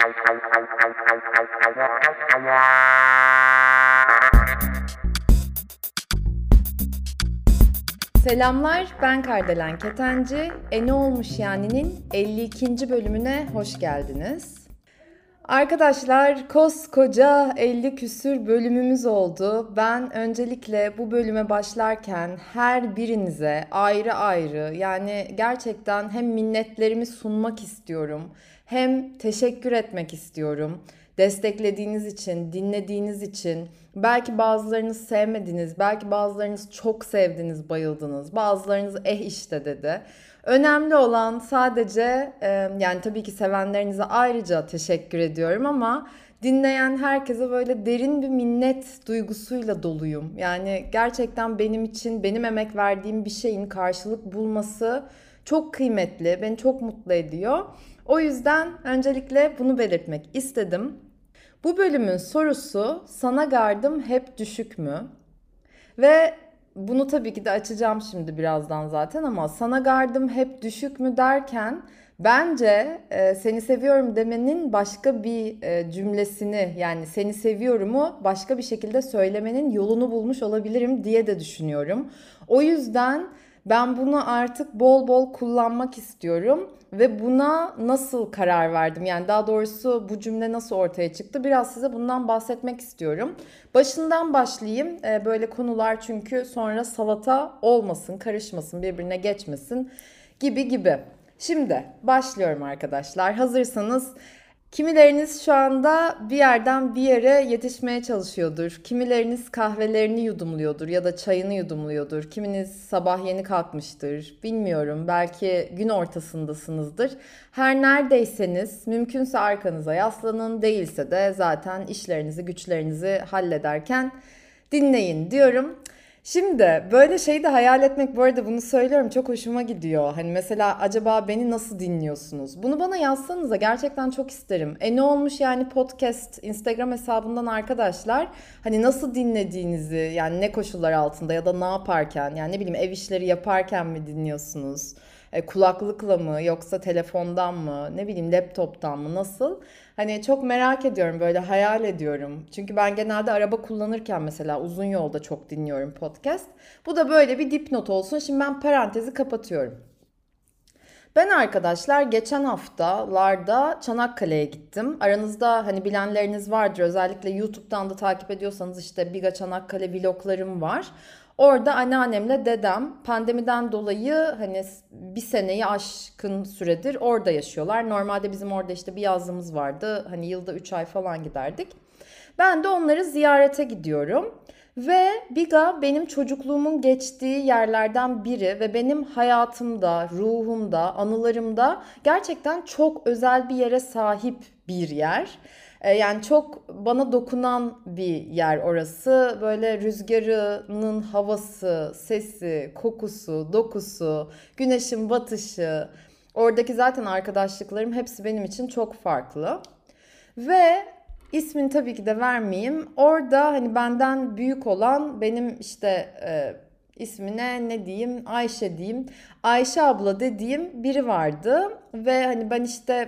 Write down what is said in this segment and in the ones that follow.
Selamlar, ben Kardelen Ketenci. Ne olmuş yani'nin 52. bölümüne hoş geldiniz. Arkadaşlar, koskoca 50 küsür bölümümüz oldu. Ben öncelikle bu bölüme başlarken her birinize ayrı ayrı, yani gerçekten hem minnetlerimi sunmak istiyorum, hem teşekkür etmek istiyorum. Desteklediğiniz için, dinlediğiniz için, belki bazılarınız sevmediniz, belki bazılarınız çok sevdiniz, bayıldınız, bazılarınız işte dedi. Önemli olan sadece yani tabii ki sevenlerinize ayrıca teşekkür ediyorum ama dinleyen herkese böyle derin bir minnet duygusuyla doluyum. Yani gerçekten benim için benim emek verdiğim bir şeyin karşılık bulması çok kıymetli, beni çok mutlu ediyor. O yüzden öncelikle bunu belirtmek istedim. Bu bölümün sorusu sana gardım hep düşük mü? Ve bunu tabii ki de açacağım şimdi birazdan zaten ama sana gardım hep düşük mü derken bence seni seviyorum demenin başka bir cümlesini yani seni seviyorumu başka bir şekilde söylemenin yolunu bulmuş olabilirim diye de düşünüyorum. O yüzden ben bunu artık bol bol kullanmak istiyorum ve buna nasıl karar verdim? Yani daha doğrusu bu cümle nasıl ortaya çıktı? Biraz size bundan bahsetmek istiyorum. Başından başlayayım. Böyle konular çünkü sonra salata olmasın, karışmasın, birbirine geçmesin gibi gibi. Şimdi başlıyorum arkadaşlar. Hazırsanız kimileriniz şu anda bir yerden bir yere yetişmeye çalışıyordur. Kimileriniz kahvelerini yudumluyordur ya da çayını yudumluyordur. Kiminiz sabah yeni kalkmıştır. Bilmiyorum, belki gün ortasındasınızdır. Her neredeyseniz mümkünse arkanıza yaslanın. Değilse de zaten işlerinizi, güçlerinizi hallederken dinleyin diyorum. Şimdi böyle şeyi de hayal etmek, bu arada bunu söylüyorum, çok hoşuma gidiyor. Hani mesela acaba beni nasıl dinliyorsunuz? Bunu bana yazsanıza, gerçekten çok isterim. Ne olmuş yani podcast Instagram hesabından arkadaşlar. Hani nasıl dinlediğinizi, yani ne koşullar altında ya da ne yaparken, yani ne bileyim ev işleri yaparken mi dinliyorsunuz? Kulaklıkla mı yoksa telefondan mı, ne bileyim laptoptan mı, nasıl? Hani çok merak ediyorum, böyle hayal ediyorum. Çünkü ben genelde araba kullanırken mesela uzun yolda çok dinliyorum podcast. Bu da böyle bir dipnot olsun. Şimdi ben parantezi kapatıyorum. Ben arkadaşlar geçen haftalarda Çanakkale'ye gittim. Aranızda hani bilenleriniz vardır. Özellikle YouTube'dan da takip ediyorsanız işte Biga Çanakkale vloglarım var. Orada anneannemle dedem pandemiden dolayı hani bir seneyi aşkın süredir orada yaşıyorlar. Normalde bizim orada işte bir yazlığımız vardı. Hani yılda 3 ay falan giderdik. Ben de onları ziyarete gidiyorum. Ve Biga benim çocukluğumun geçtiği yerlerden biri ve benim hayatımda, ruhumda, anılarımda gerçekten çok özel bir yere sahip bir yer. Yani çok bana dokunan bir yer orası. Böyle rüzgarının havası, sesi, kokusu, dokusu, güneşin batışı, oradaki zaten arkadaşlıklarım hepsi benim için çok farklı. Ve ismini tabii ki de vermeyeyim. Orada hani benden büyük olan benim işte ismine ne diyeyim, Ayşe diyeyim. Ayşe abla dediğim biri vardı ve hani ben işte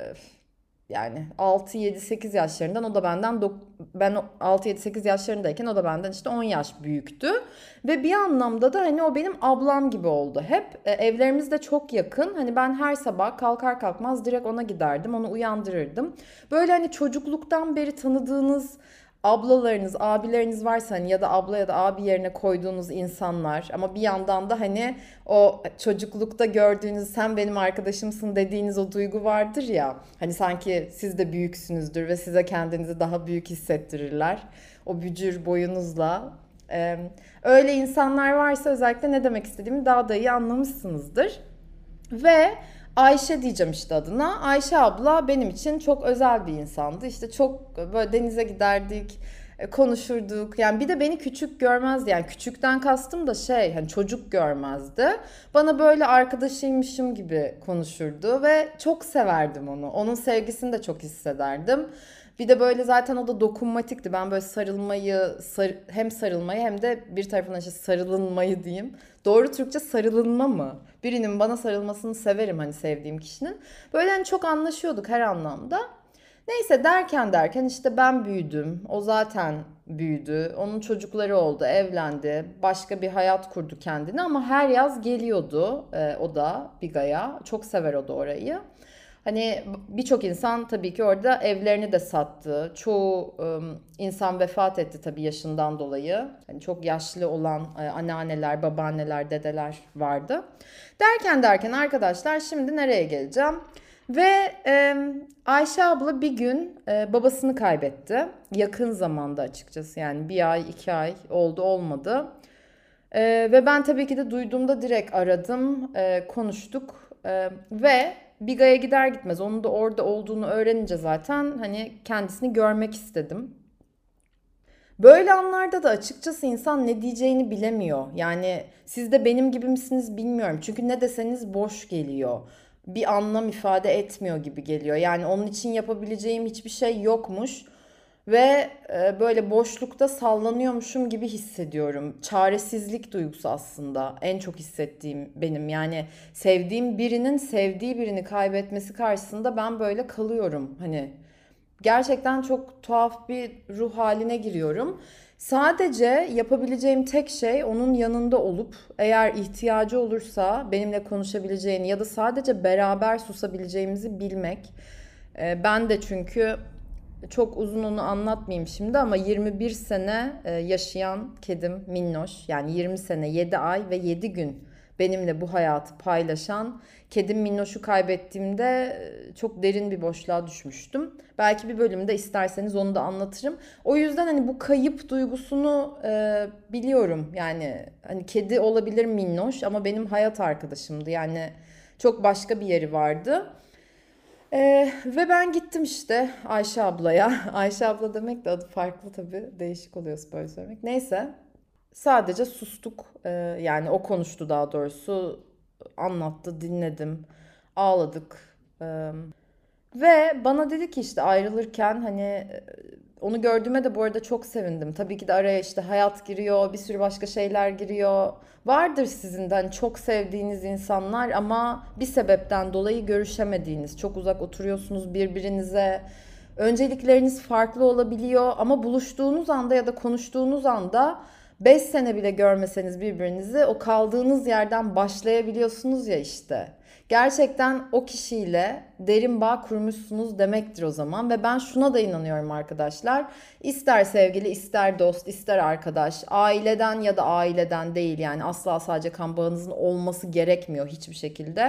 yani 6-7-8 yaşlarından, o da benden ben 6-7-8 yaşlarındayken o da benden işte 10 yaş büyüktü. Ve bir anlamda da hani o benim ablam gibi oldu. Hep evlerimiz de çok yakın. Hani ben her sabah kalkar kalkmaz direkt ona giderdim. Onu uyandırırdım. Böyle hani çocukluktan beri tanıdığınız ablalarınız, abileriniz varsa hani ya da abla ya da abi yerine koyduğunuz insanlar ama bir yandan da hani o çocuklukta gördüğünüz sen benim arkadaşımsın dediğiniz o duygu vardır ya. Hani sanki siz de büyüksünüzdür ve size kendinizi daha büyük hissettirirler. O bücür boyunuzla. Öyle insanlar varsa özellikle ne demek istediğimi daha da iyi anlamışsınızdır. Ve Ayşe diyeceğim işte adına. Ayşe abla benim için çok özel bir insandı. İşte çok böyle denize giderdik, konuşurduk. Yani bir de beni küçük görmezdi. Yani küçükten kastım da şey, hani çocuk görmezdi. Bana böyle arkadaşıymışım gibi konuşurdu ve çok severdim onu. Onun sevgisini de çok hissederdim. Bir de böyle zaten o da dokunmatikti. Ben böyle hem sarılmayı hem de bir tarafından işte sarılınmayı diyeyim. Doğru Türkçe sarılınma mı? Birinin bana sarılmasını severim, hani sevdiğim kişinin. Böyle hani çok anlaşıyorduk her anlamda. Neyse derken işte ben büyüdüm. O zaten büyüdü. Onun çocukları oldu, evlendi. Başka bir hayat kurdu kendine ama her yaz geliyordu o da Biga'ya. Çok sever o da orayı. Hani birçok insan tabii ki orada evlerini de sattı. Çoğu insan vefat etti tabii yaşından dolayı. Hani çok yaşlı olan anneanneler, babaanneler, dedeler vardı. Derken arkadaşlar şimdi nereye geleceğim? Ve Ayşe abla bir gün babasını kaybetti. Yakın zamanda açıkçası yani bir ay iki ay oldu olmadı. Ve ben tabii ki de duyduğumda direkt aradım, konuştuk. Ve Biga'ya gider gitmez onun da orada olduğunu öğrenince zaten hani kendisini görmek istedim. Böyle anlarda da açıkçası insan ne diyeceğini bilemiyor. Yani siz de benim gibi misiniz bilmiyorum. Çünkü ne deseniz boş geliyor. Bir anlam ifade etmiyor gibi geliyor. Yani onun için yapabileceğim hiçbir şey yokmuş. Ve böyle boşlukta sallanıyormuşum gibi hissediyorum. Çaresizlik duygusu aslında en çok hissettiğim benim. Yani sevdiğim birinin sevdiği birini kaybetmesi karşısında ben böyle kalıyorum. Hani gerçekten çok tuhaf bir ruh haline giriyorum. Sadece yapabileceğim tek şey onun yanında olup eğer ihtiyacı olursa benimle konuşabileceğini ya da sadece beraber susabileceğimizi bilmek. Ben de çünkü çok uzun onu anlatmayayım şimdi ama 21 sene yaşayan kedim Minnoş yani 20 sene 7 ay ve 7 gün benimle bu hayatı paylaşan kedim Minnoş'u kaybettiğimde çok derin bir boşluğa düşmüştüm. Belki bir bölümde isterseniz onu da anlatırım. O yüzden hani bu kayıp duygusunu biliyorum. Yani hani kedi olabilir Minnoş ama benim hayat arkadaşımdı. Yani çok başka bir yeri vardı. Ve ben gittim işte Ayşe ablaya. Ayşe abla demek de adı farklı tabii. Değişik oluyor böyle söylemek. Neyse. Sadece sustuk. Yani o konuştu daha doğrusu. Anlattı, dinledim. Ağladık. Ve bana dedi ki işte ayrılırken hani onu gördüğüme de bu arada çok sevindim. Tabii ki de araya işte hayat giriyor, bir sürü başka şeyler giriyor. Vardır sizin de hani çok sevdiğiniz insanlar ama bir sebepten dolayı görüşemediğiniz, çok uzak oturuyorsunuz birbirinize. Öncelikleriniz farklı olabiliyor ama buluştuğunuz anda ya da konuştuğunuz anda 5 sene bile görmeseniz birbirinizi o kaldığınız yerden başlayabiliyorsunuz ya işte. Gerçekten o kişiyle derin bağ kurmuşsunuz demektir o zaman ve ben şuna da inanıyorum arkadaşlar. İster sevgili, ister dost, ister arkadaş, aileden ya da aileden değil yani asla sadece kan bağınızın olması gerekmiyor hiçbir şekilde.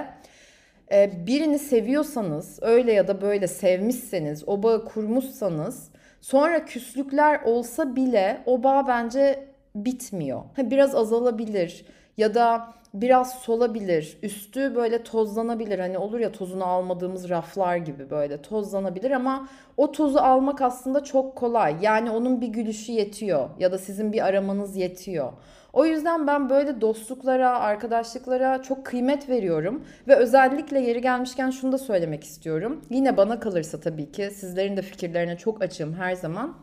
Birini seviyorsanız, öyle ya da böyle sevmişseniz, o bağı kurmuşsanız, sonra küslükler olsa bile o bağ bence bitmiyor. Biraz azalabilir ya da biraz solabilir. Üstü böyle tozlanabilir. Hani olur ya tozunu almadığımız raflar gibi böyle tozlanabilir ama o tozu almak aslında çok kolay. Yani onun bir gülüşü yetiyor ya da sizin bir aramanız yetiyor. O yüzden ben böyle dostluklara, arkadaşlıklara çok kıymet veriyorum ve özellikle yeri gelmişken şunu da söylemek istiyorum. Yine bana kalırsa tabii ki sizlerin de fikirlerine çok açığım her zaman.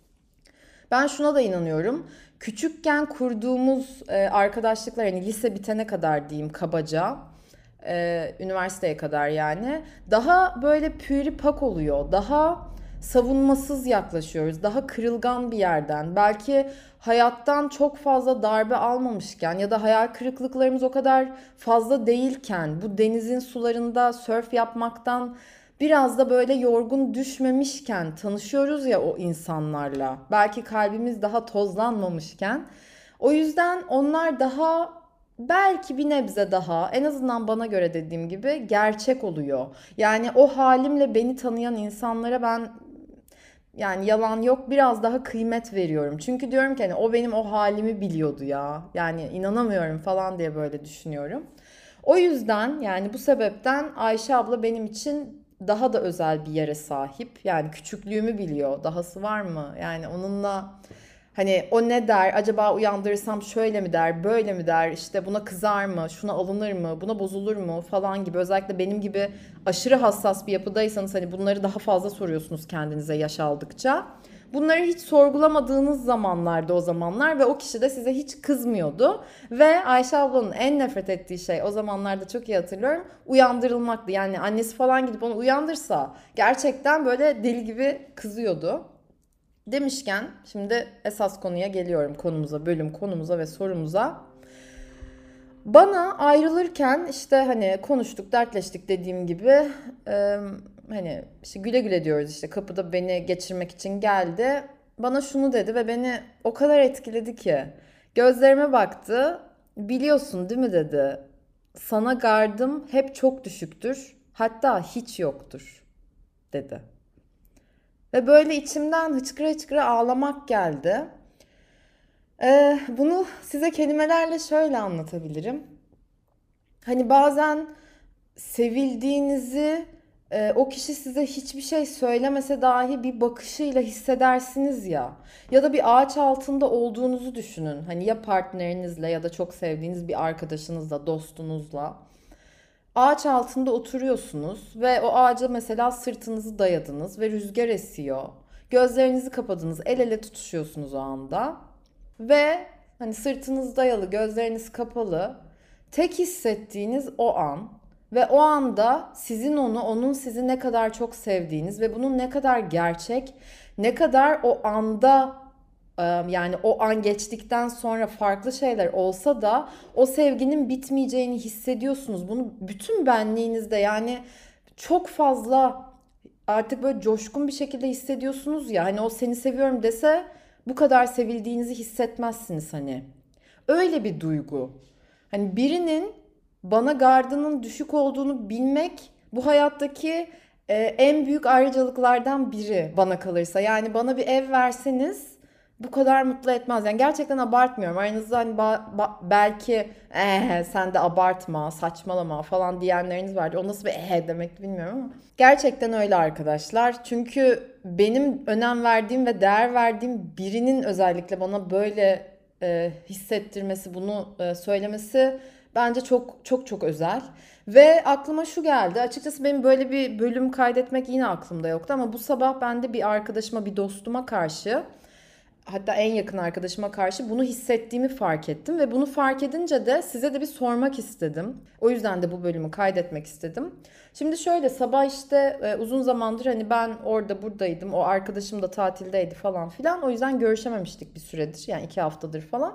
Ben şuna da inanıyorum. Küçükken kurduğumuz arkadaşlıklar hani lise bitene kadar diyeyim kabaca. Üniversiteye kadar yani. Daha böyle püri pak oluyor. Daha savunmasız yaklaşıyoruz. Daha kırılgan bir yerden. Belki hayattan çok fazla darbe almamışken ya da hayal kırıklıklarımız o kadar fazla değilken bu denizin sularında sörf yapmaktan biraz da böyle yorgun düşmemişken tanışıyoruz ya o insanlarla. Belki kalbimiz daha tozlanmamışken. O yüzden onlar daha belki bir nebze daha en azından bana göre dediğim gibi gerçek oluyor. Yani o halimle beni tanıyan insanlara ben yani yalan yok biraz daha kıymet veriyorum. Çünkü diyorum ki hani o benim o halimi biliyordu ya. Yani inanamıyorum falan diye böyle düşünüyorum. O yüzden yani bu sebepten Ayşe abla benim için daha da özel bir yere sahip. Yani küçüklüğümü biliyor. Dahası var mı? Yani onunla Hani o ne der? Acaba uyandırırsam şöyle mi der, böyle mi der? İşte buna kızar mı, şuna alınır mı, buna bozulur mu falan gibi. Özellikle benim gibi aşırı hassas bir yapıdaysanız hani bunları daha fazla soruyorsunuz kendinize yaş aldıkça. Bunları hiç sorgulamadığınız zamanlarda o zamanlar ve o kişi de size hiç kızmıyordu. Ve Ayşe ablanın en nefret ettiği şey o zamanlarda çok iyi hatırlıyorum uyandırılmaktı. Yani annesi falan gidip onu uyandırsa gerçekten böyle deli gibi kızıyordu. Demişken şimdi esas konuya geliyorum konumuza, bölüm konumuza ve sorumuza. Bana ayrılırken işte hani konuştuk, dertleştik dediğim gibi hani işte güle güle diyoruz işte kapıda beni geçirmek için geldi. Bana şunu dedi ve beni o kadar etkiledi ki gözlerime baktı. Biliyorsun değil mi dedi. Sana gardım hep çok düşüktür. Hatta hiç yoktur dedi. Ve böyle içimden hıçkıra hıçkıra ağlamak geldi. Bunu size kelimelerle şöyle anlatabilirim. Hani bazen sevildiğinizi o kişi size hiçbir şey söylemese dahi bir bakışıyla hissedersiniz ya. Ya da bir ağaç altında olduğunuzu düşünün. Hani ya partnerinizle ya da çok sevdiğiniz bir arkadaşınızla, dostunuzla. Ağaç altında oturuyorsunuz ve o ağaca mesela sırtınızı dayadınız ve rüzgar esiyor. Gözlerinizi kapadınız, el ele tutuşuyorsunuz o anda. Ve hani sırtınız dayalı, gözleriniz kapalı. Tek hissettiğiniz o an ve o anda sizin onu, onun sizi ne kadar çok sevdiğiniz ve bunun ne kadar gerçek, ne kadar o anda yani o an geçtikten sonra farklı şeyler olsa da o sevginin bitmeyeceğini hissediyorsunuz. Bunu bütün benliğinizde yani çok fazla artık böyle coşkun bir şekilde hissediyorsunuz ya. Hani o seni seviyorum dese bu kadar sevildiğinizi hissetmezsiniz hani. Öyle bir duygu. Hani birinin bana gardının düşük olduğunu bilmek bu hayattaki en büyük ayrıcalıklardan biri bana kalırsa. Yani bana bir ev verseniz bu kadar mutlu etmez. Yani gerçekten abartmıyorum. Aranızda hani belki sen de abartma, saçmalama falan diyenleriniz vardı. O nasıl bir demekti bilmiyorum ama. Gerçekten öyle arkadaşlar. Çünkü benim önem verdiğim ve değer verdiğim birinin özellikle bana böyle hissettirmesi, bunu söylemesi bence çok çok çok özel. Ve aklıma şu geldi. Açıkçası benim böyle bir bölüm kaydetmek yine aklımda yoktu ama bu sabah ben de bir arkadaşıma, bir dostuma karşı hatta en yakın arkadaşıma karşı bunu hissettiğimi fark ettim ve bunu fark edince de size de bir sormak istedim. O yüzden de bu bölümü kaydetmek istedim. Şimdi şöyle sabah işte uzun zamandır hani ben orada buradaydım. O arkadaşım da tatildeydi falan filan. O yüzden görüşememiştik bir süredir. Yani 2 haftadır falan.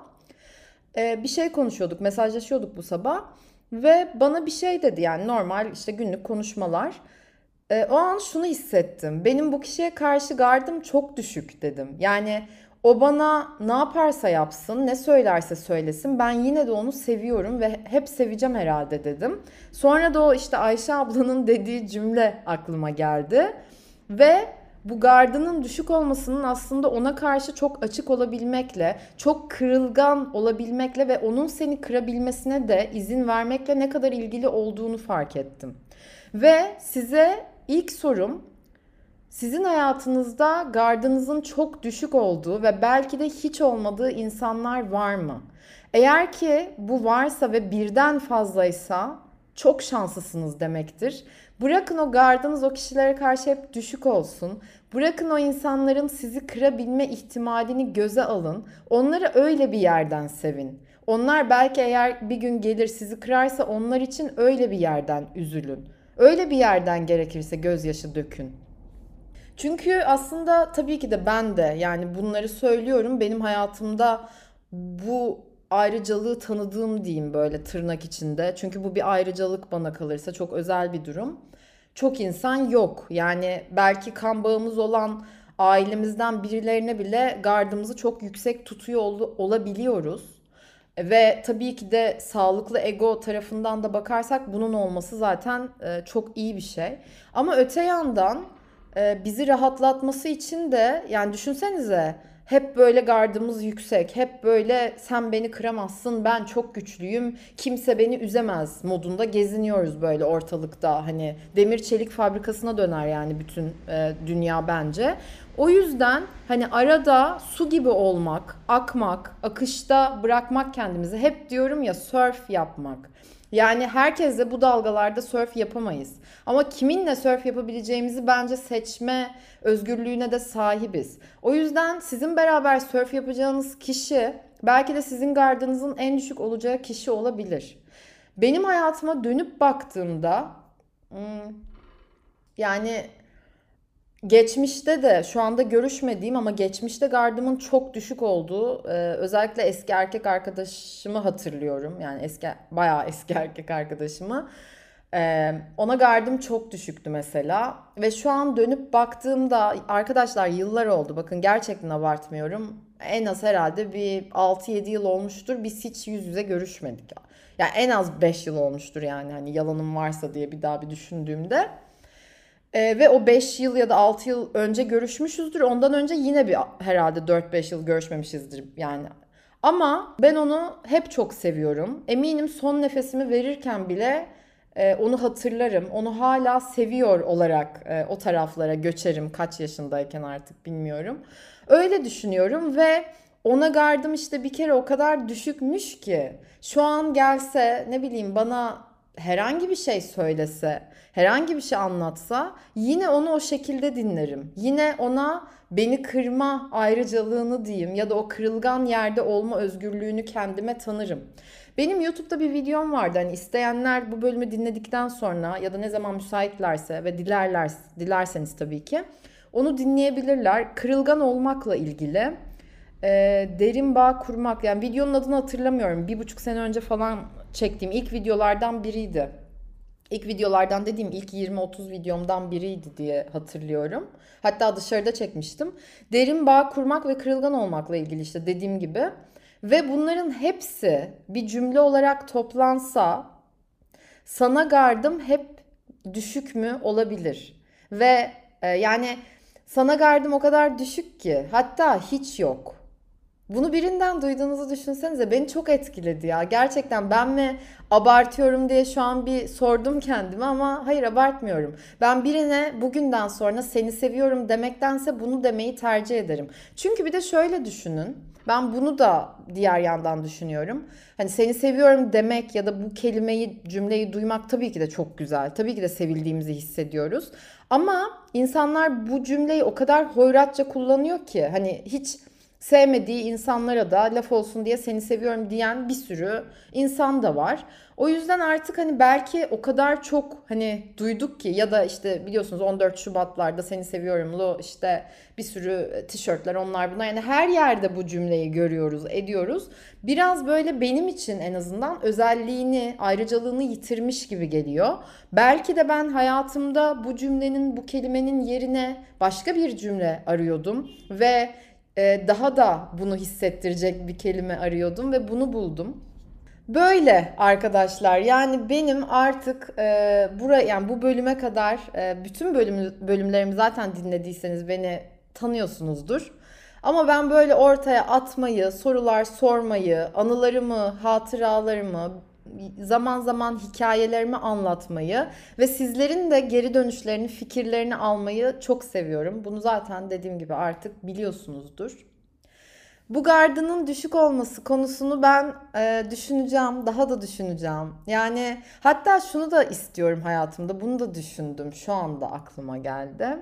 Bir şey konuşuyorduk, mesajlaşıyorduk bu sabah. Ve bana bir şey dedi yani normal işte günlük konuşmalar. O an şunu hissettim. Benim bu kişiye karşı gardım çok düşük dedim. Yani o bana ne yaparsa yapsın, ne söylerse söylesin ben yine de onu seviyorum ve hep seveceğim herhalde dedim. Sonra da o işte Ayşe ablanın dediği cümle aklıma geldi. Ve bu gardının düşük olmasının aslında ona karşı çok açık olabilmekle, çok kırılgan olabilmekle ve onun seni kırabilmesine de izin vermekle ne kadar ilgili olduğunu fark ettim. Ve size ilk sorum, sizin hayatınızda gardınızın çok düşük olduğu ve belki de hiç olmadığı insanlar var mı? Eğer ki bu varsa ve birden fazlaysa çok şanslısınız demektir. Bırakın o gardınız o kişilere karşı hep düşük olsun. Bırakın o insanların sizi kırabilme ihtimalini göze alın. Onları öyle bir yerden sevin. Onlar belki eğer bir gün gelir sizi kırarsa onlar için öyle bir yerden üzülün. Öyle bir yerden gerekirse gözyaşı dökün. Çünkü aslında tabii ki de ben de yani bunları söylüyorum. Benim hayatımda bu ayrıcalığı tanıdığım diyeyim böyle tırnak içinde. Çünkü bu bir ayrıcalık bana kalırsa çok özel bir durum. Çok insan yok. Yani belki kan bağımız olan ailemizden birilerine bile gardımızı çok yüksek tutuyor olabiliyoruz. Ve tabii ki de sağlıklı ego tarafından da bakarsak bunun olması zaten çok iyi bir şey. Ama öte yandan bizi rahatlatması için de yani düşünsenize hep böyle gardımız yüksek, hep böyle sen beni kıramazsın, ben çok güçlüyüm, kimse beni üzemez modunda geziniyoruz böyle ortalıkta. Hani demir çelik fabrikasına döner yani bütün dünya bence. O yüzden hani arada su gibi olmak, akmak, akışta bırakmak kendimizi. Hep diyorum ya, surf yapmak. Yani herkesle bu dalgalarda surf yapamayız. Ama kiminle surf yapabileceğimizi bence seçme özgürlüğüne de sahibiz. O yüzden sizin beraber surf yapacağınız kişi belki de sizin gardınızın en düşük olacağı kişi olabilir. Benim hayatıma dönüp baktığımda yani geçmişte de şu anda görüşmediğim ama geçmişte gardımın çok düşük olduğu özellikle eski erkek arkadaşımı hatırlıyorum. Yani bayağı eski erkek arkadaşımı. Ona gardım çok düşüktü mesela. Ve şu an dönüp baktığımda arkadaşlar yıllar oldu. Bakın gerçekten abartmıyorum. En az herhalde bir 6-7 yıl olmuştur. Biz hiç yüz yüze görüşmedik. Yani en az 5 yıl olmuştur yani hani yalanım varsa diye bir daha bir düşündüğümde. Ve o 5 yıl ya da 6 yıl önce görüşmüşüzdür. Ondan önce yine bir herhalde 4-5 yıl görüşmemişizdir yani. Ama ben onu hep çok seviyorum. Eminim son nefesimi verirken bile onu hatırlarım. Onu hala seviyor olarak o taraflara göçerim. Kaç yaşındayken artık bilmiyorum. Öyle düşünüyorum ve ona gardım işte bir kere o kadar düşükmüş ki. Şu an gelse ne bileyim bana herhangi bir şey söylese, herhangi bir şey anlatsa yine onu o şekilde dinlerim. Yine ona beni kırma ayrıcalığını diyeyim ya da o kırılgan yerde olma özgürlüğünü kendime tanırım. Benim YouTube'da bir videom vardı. Hani isteyenler bu bölümü dinledikten sonra ya da ne zaman müsaitlerse ve dilerseniz tabii ki onu dinleyebilirler. Kırılgan olmakla ilgili. Derin bağ kurmak. Yani videonun adını hatırlamıyorum. 1,5 sene önce falan çektiğim ilk videolardan biriydi. İlk videolardan dediğim ilk 20-30 videomdan biriydi diye hatırlıyorum. Hatta dışarıda çekmiştim. Derin bağ kurmak ve kırılgan olmakla ilgili işte dediğim gibi. Ve bunların hepsi bir cümle olarak toplansa sana gardım hep düşük mü olabilir. Ve yani sana gardım o kadar düşük ki hatta hiç yok. Bunu birinden duyduğunuzu düşünsenize, beni çok etkiledi ya. Gerçekten ben mi abartıyorum diye şu an bir sordum kendime ama hayır abartmıyorum. Ben birine bugünden sonra seni seviyorum demektense bunu demeyi tercih ederim. Çünkü bir de şöyle düşünün. Ben bunu da diğer yandan düşünüyorum. Hani seni seviyorum demek ya da bu kelimeyi, cümleyi duymak tabii ki de çok güzel. Tabii ki de sevildiğimizi hissediyoruz. Ama insanlar bu cümleyi o kadar hoyratça kullanıyor ki hani hiç sevmediği insanlara da laf olsun diye seni seviyorum diyen bir sürü insan da var. O yüzden artık hani belki o kadar çok hani duyduk ki ya da işte biliyorsunuz 14 Şubatlarda seni seviyorumlu işte bir sürü tişörtler onlar bunlar. Yani her yerde bu cümleyi görüyoruz, ediyoruz. Biraz böyle benim için en azından özelliğini, ayrıcalığını yitirmiş gibi geliyor. Belki de ben hayatımda bu cümlenin, bu kelimenin yerine başka bir cümle arıyordum ve daha da bunu hissettirecek bir kelime arıyordum ve bunu buldum. Böyle arkadaşlar yani benim artık yani bu bölüme kadar bütün bölümlerimi zaten dinlediyseniz beni tanıyorsunuzdur. Ama ben böyle ortaya atmayı, sorular sormayı, anılarımı, hatıralarımı, zaman zaman hikayelerimi anlatmayı ve sizlerin de geri dönüşlerini, fikirlerini almayı çok seviyorum. Bunu zaten dediğim gibi artık biliyorsunuzdur. Bu gardının düşük olması konusunu ben düşüneceğim, daha da düşüneceğim. Yani hatta şunu da istiyorum hayatımda, bunu da düşündüm. Şu anda aklıma geldi.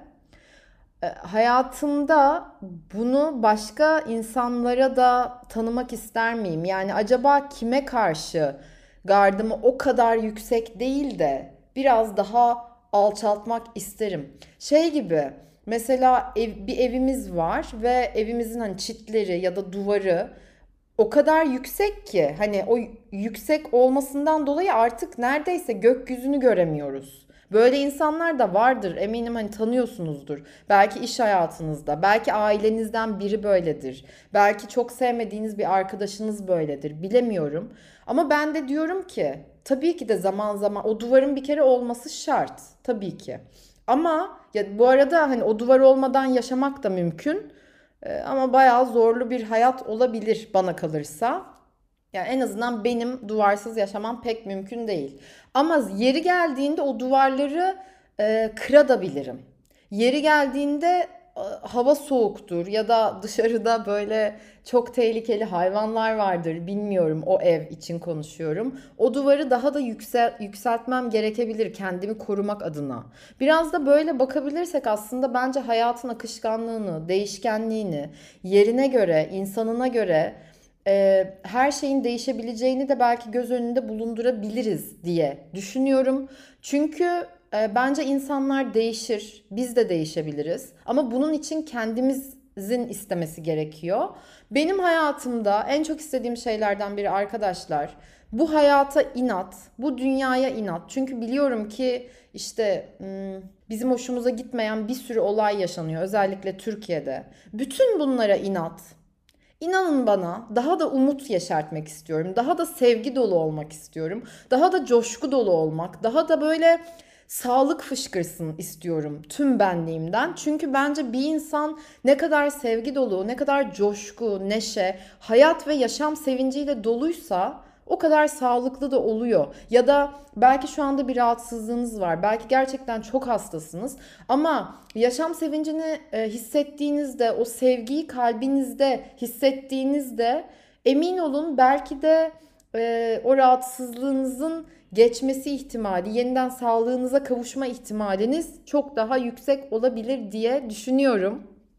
Hayatımda bunu başka insanlara da tanımak ister miyim? Yani acaba kime karşı gardımı o kadar yüksek değil de biraz daha alçaltmak isterim. Şey gibi mesela bir evimiz var ve evimizin hani çitleri ya da duvarı o kadar yüksek ki hani o yüksek olmasından dolayı artık neredeyse gökyüzünü göremiyoruz. Böyle insanlar da vardır eminim hani tanıyorsunuzdur. Belki iş hayatınızda, belki ailenizden biri böyledir. Belki çok sevmediğiniz bir arkadaşınız böyledir. Bilemiyorum. Ama ben de diyorum ki tabii ki de zaman zaman o duvarın bir kere olması şart. Tabii ki. Ama ya bu arada hani o duvar olmadan yaşamak da mümkün. Ama bayağı zorlu bir hayat olabilir bana kalırsa. Yani en azından benim duvarsız yaşamam pek mümkün değil. Ama yeri geldiğinde o duvarları kırabilirim. Yeri geldiğinde hava soğuktur ya da dışarıda böyle çok tehlikeli hayvanlar vardır. Bilmiyorum, o ev için konuşuyorum. O duvarı daha da yükseltmem gerekebilir kendimi korumak adına. Biraz da böyle bakabilirsek aslında bence hayatın akışkanlığını, değişkenliğini, yerine göre, insanına göre her şeyin değişebileceğini de belki göz önünde bulundurabiliriz diye düşünüyorum. Çünkü bence insanlar değişir, biz de değişebiliriz. Ama bunun için kendimizin istemesi gerekiyor. Benim hayatımda en çok istediğim şeylerden biri arkadaşlar, bu hayata inat, bu dünyaya inat. Çünkü biliyorum ki işte bizim hoşumuza gitmeyen bir sürü olay yaşanıyor, özellikle Türkiye'de. Bütün bunlara inat. İnanın bana, daha da umut yeşertmek istiyorum. Daha da sevgi dolu olmak istiyorum. Daha da coşku dolu olmak. Daha da böyle sağlık fışkırsın istiyorum tüm benliğimden. Çünkü bence bir insan ne kadar sevgi dolu, ne kadar coşku, neşe, hayat ve yaşam sevinciyle doluysa o kadar sağlıklı da oluyor. Ya da belki şu anda bir rahatsızlığınız var. Belki gerçekten çok hastasınız. Ama yaşam sevincini hissettiğinizde, o sevgiyi kalbinizde hissettiğinizde emin olun belki de o rahatsızlığınızın geçmesi ihtimali, yeniden sağlığınıza kavuşma ihtimaliniz çok daha yüksek olabilir diye düşünüyorum.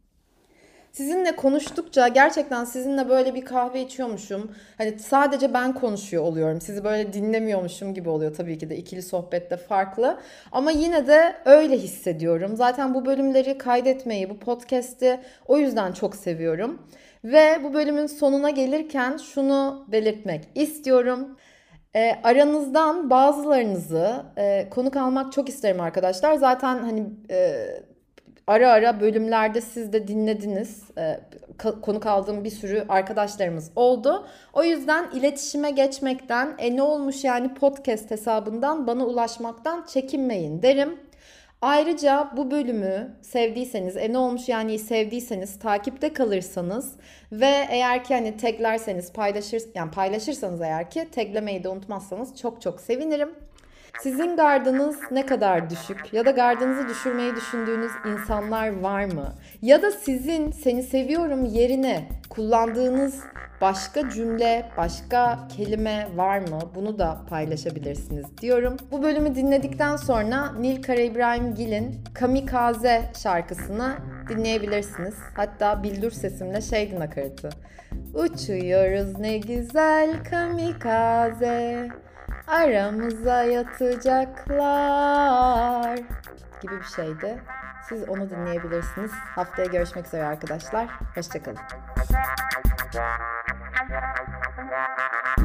Sizinle konuştukça gerçekten sizinle böyle bir kahve içiyormuşum. Hani sadece ben konuşuyor oluyorum. Sizi böyle dinlemiyormuşum gibi oluyor, tabii ki de ikili sohbette farklı. Ama yine de öyle hissediyorum. Zaten bu bölümleri kaydetmeyi, bu podcast'i o yüzden çok seviyorum. Ve bu bölümün sonuna gelirken şunu belirtmek istiyorum. Aranızdan bazılarınızı konuk almak çok isterim arkadaşlar. Zaten hani ara ara bölümlerde siz de dinlediniz. Konuk aldığım bir sürü arkadaşlarımız oldu. O yüzden iletişime geçmekten, ne olmuş yani podcast hesabından bana ulaşmaktan çekinmeyin derim. Ayrıca bu bölümü sevdiyseniz, ne olmuş yani sevdiyseniz, takipte kalırsanız ve eğer ki hani taglerseniz, paylaşırsanız eğer ki taglemeyi de unutmazsanız çok çok sevinirim. Sizin gardınız ne kadar düşük ya da gardınızı düşürmeyi düşündüğünüz insanlar var mı? Ya da sizin seni seviyorum yerine kullandığınız başka cümle, başka kelime var mı? Bunu da paylaşabilirsiniz diyorum. Bu bölümü dinledikten sonra Nil Karaibrahimgil'in Kamikaze şarkısını dinleyebilirsiniz. Hatta bildur sesimle şeydi nakaratı. Uçuyoruz ne güzel kamikaze, aramıza yatacaklar gibi bir şeydi. Siz onu dinleyebilirsiniz. Haftaya görüşmek üzere arkadaşlar. Hoşçakalın.